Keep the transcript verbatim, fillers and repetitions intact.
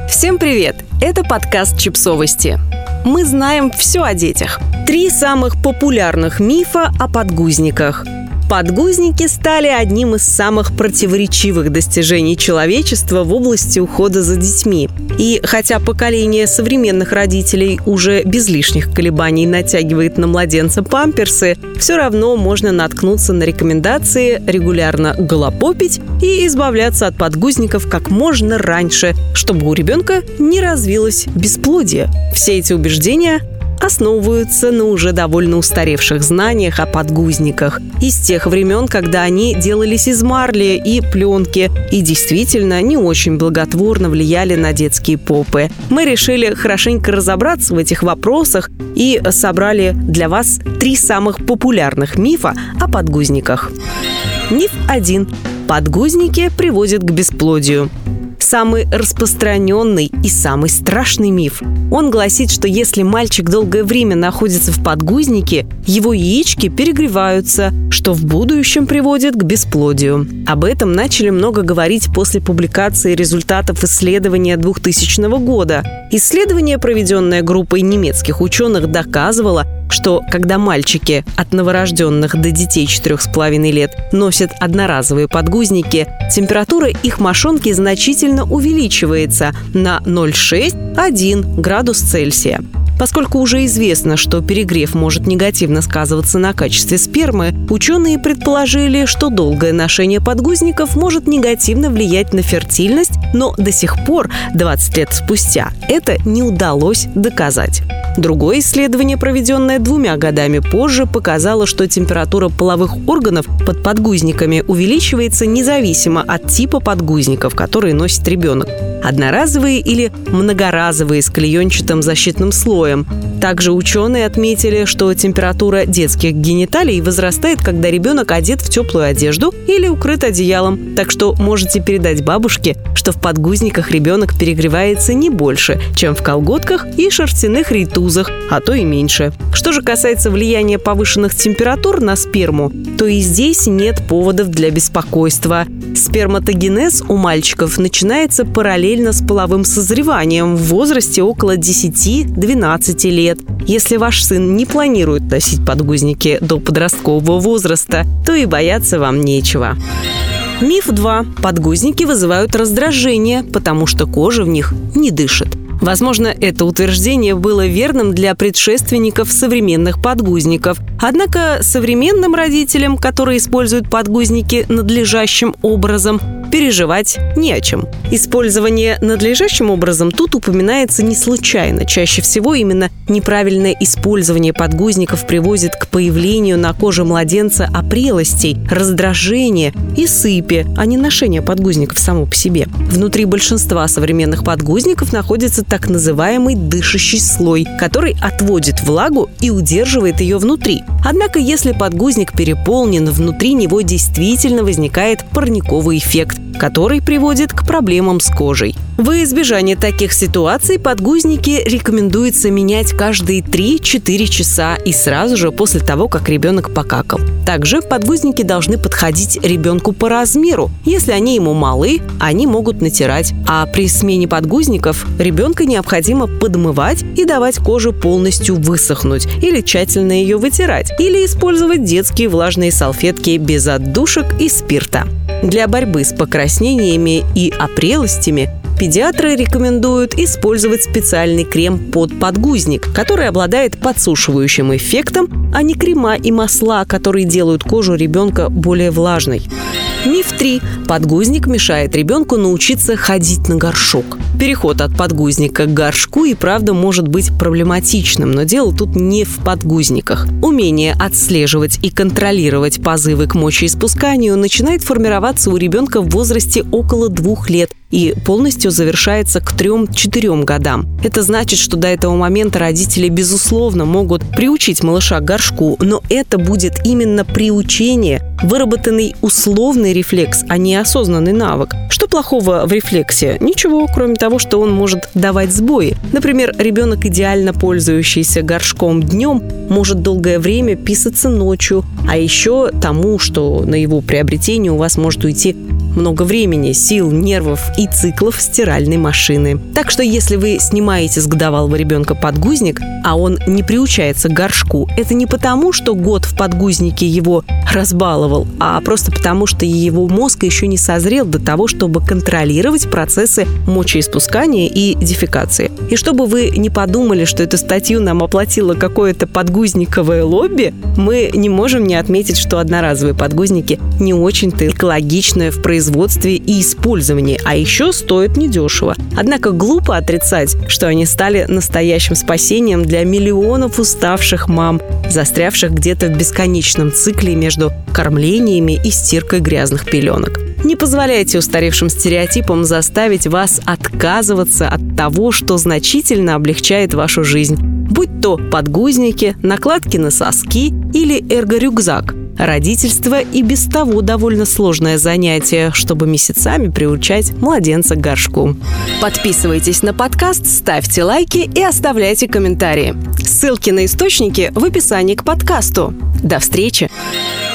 Всем привет! Это подкаст «Чипсовости». Мы знаем все о детях. Три самых популярных мифа о подгузниках. Подгузники стали одним из самых противоречивых достижений человечества в области ухода за детьми. И хотя поколение современных родителей уже без лишних колебаний натягивает на младенца памперсы, все равно можно наткнуться на рекомендации регулярно голопопить и избавляться от подгузников как можно раньше, чтобы у ребенка не развилось бесплодие. Все эти убеждения основываются на уже довольно устаревших знаниях о подгузниках из тех времен, когда они делались из марли и пленки и действительно не очень благотворно влияли на детские попы. Мы решили хорошенько разобраться в этих вопросах и собрали для вас три самых популярных мифа о подгузниках. Миф один. Подгузники приводят к бесплодию. Самый распространенный и самый страшный миф. Он гласит, что если мальчик долгое время находится в подгузнике, его яички перегреваются, что в будущем приводит к бесплодию. Об этом начали много говорить после публикации результатов исследования двухтысячного года. Исследование, проведенное группой немецких ученых, доказывало, что когда мальчики от новорожденных до детей четырех с половиной лет носят одноразовые подгузники, температура их мошонки значительно увеличивается на ноль целых шесть десятых - один градус Цельсия. Поскольку уже известно, что перегрев может негативно сказываться на качестве спермы, ученые предположили, что долгое ношение подгузников может негативно влиять на фертильность, но до сих пор, двадцать лет спустя, это не удалось доказать. Другое исследование, проведенное двумя годами позже, показало, что температура половых органов под подгузниками увеличивается независимо от типа подгузников, которые носит ребенок. Одноразовые или многоразовые с клеенчатым защитным слоем. Также ученые отметили, что температура детских гениталий возрастает, когда ребенок одет в теплую одежду или укрыт одеялом. Так что можете передать бабушке, что в подгузниках ребенок перегревается не больше, чем в колготках и шерстяных рейтузах, а то и меньше. Что же касается влияния повышенных температур на сперму, то и здесь нет поводов для беспокойства. Сперматогенез у мальчиков начинается параллельно с половым созреванием в возрасте около десяти-двенадцати лет. Если ваш сын не планирует носить подгузники до подросткового возраста, то и бояться вам нечего. Миф два. Подгузники вызывают раздражение, потому что кожа в них не дышит. Возможно, это утверждение было верным для предшественников современных подгузников. Однако современным родителям, которые используют подгузники надлежащим образом, переживать не о чем. Использование надлежащим образом тут упоминается не случайно. Чаще всего именно неправильное использование подгузников приводит к появлению на коже младенца опрелостей, раздражения и сыпи, а не ношение подгузников само по себе. Внутри большинства современных подгузников находится так называемый дышащий слой, который отводит влагу и удерживает ее внутри. Однако, если подгузник переполнен, внутри него действительно возникает парниковый эффект, который приводит к проблемам с кожей. Во избежание таких ситуаций подгузники рекомендуется менять каждые три-четыре часа и сразу же после того, как ребенок покакал. Также подгузники должны подходить ребенку по размеру. Если они ему малы, они могут натирать. А при смене подгузников ребенка необходимо подмывать и давать коже полностью высохнуть или тщательно ее вытирать, или использовать детские влажные салфетки без отдушек и спирта. Для борьбы с покраснениями и опрелостями педиатры рекомендуют использовать специальный крем под подгузник, который обладает подсушивающим эффектом, а не крема и масла, которые делают кожу ребенка более влажной. Миф три. Подгузник мешает ребенку научиться ходить на горшок. Переход от подгузника к горшку и правда может быть проблематичным, но дело тут не в подгузниках. Умение отслеживать и контролировать позывы к мочеиспусканию начинает формироваться у ребенка в возрасте около двух лет и полностью завершается к трем-четырем годам. Это значит, что до этого момента родители, безусловно, могут приучить малыша к горшку, но это будет именно приучение, выработанный условный рефлекс, а не осознанный навык. Что плохого в рефлексе? Ничего, кроме того, что он может давать сбои. Например, ребенок, идеально пользующийся горшком днем, может долгое время писаться ночью, а еще тому, что на его приобретение у вас может уйти много времени, сил, нервов и циклов стиральной машины. Так что если вы снимаете с годовалого ребенка подгузник, а он не приучается к горшку, это не потому, что год в подгузнике его разбаловал, а просто потому, что его мозг еще не созрел до того, чтобы контролировать процессы мочеиспускания и дефекации. И чтобы вы не подумали, что эту статью нам оплатило какое-то подгузниковое лобби, мы не можем не отметить, что одноразовые подгузники не очень-то экологичны в производстве и использовании, а еще стоят недешево. Однако глупо отрицать, что они стали настоящим спасением для миллионов уставших мам, застрявших где-то в бесконечном цикле между кормлениями и стиркой грязных пеленок. Не позволяйте устаревшим стереотипам заставить вас отказываться от того, что значительно облегчает вашу жизнь. Будь то подгузники, накладки на соски или эрго-рюкзак. Родительство и без того довольно сложное занятие, чтобы месяцами приучать младенца к горшку. Подписывайтесь на подкаст, ставьте лайки и оставляйте комментарии. Ссылки на источники в описании к подкасту. До встречи!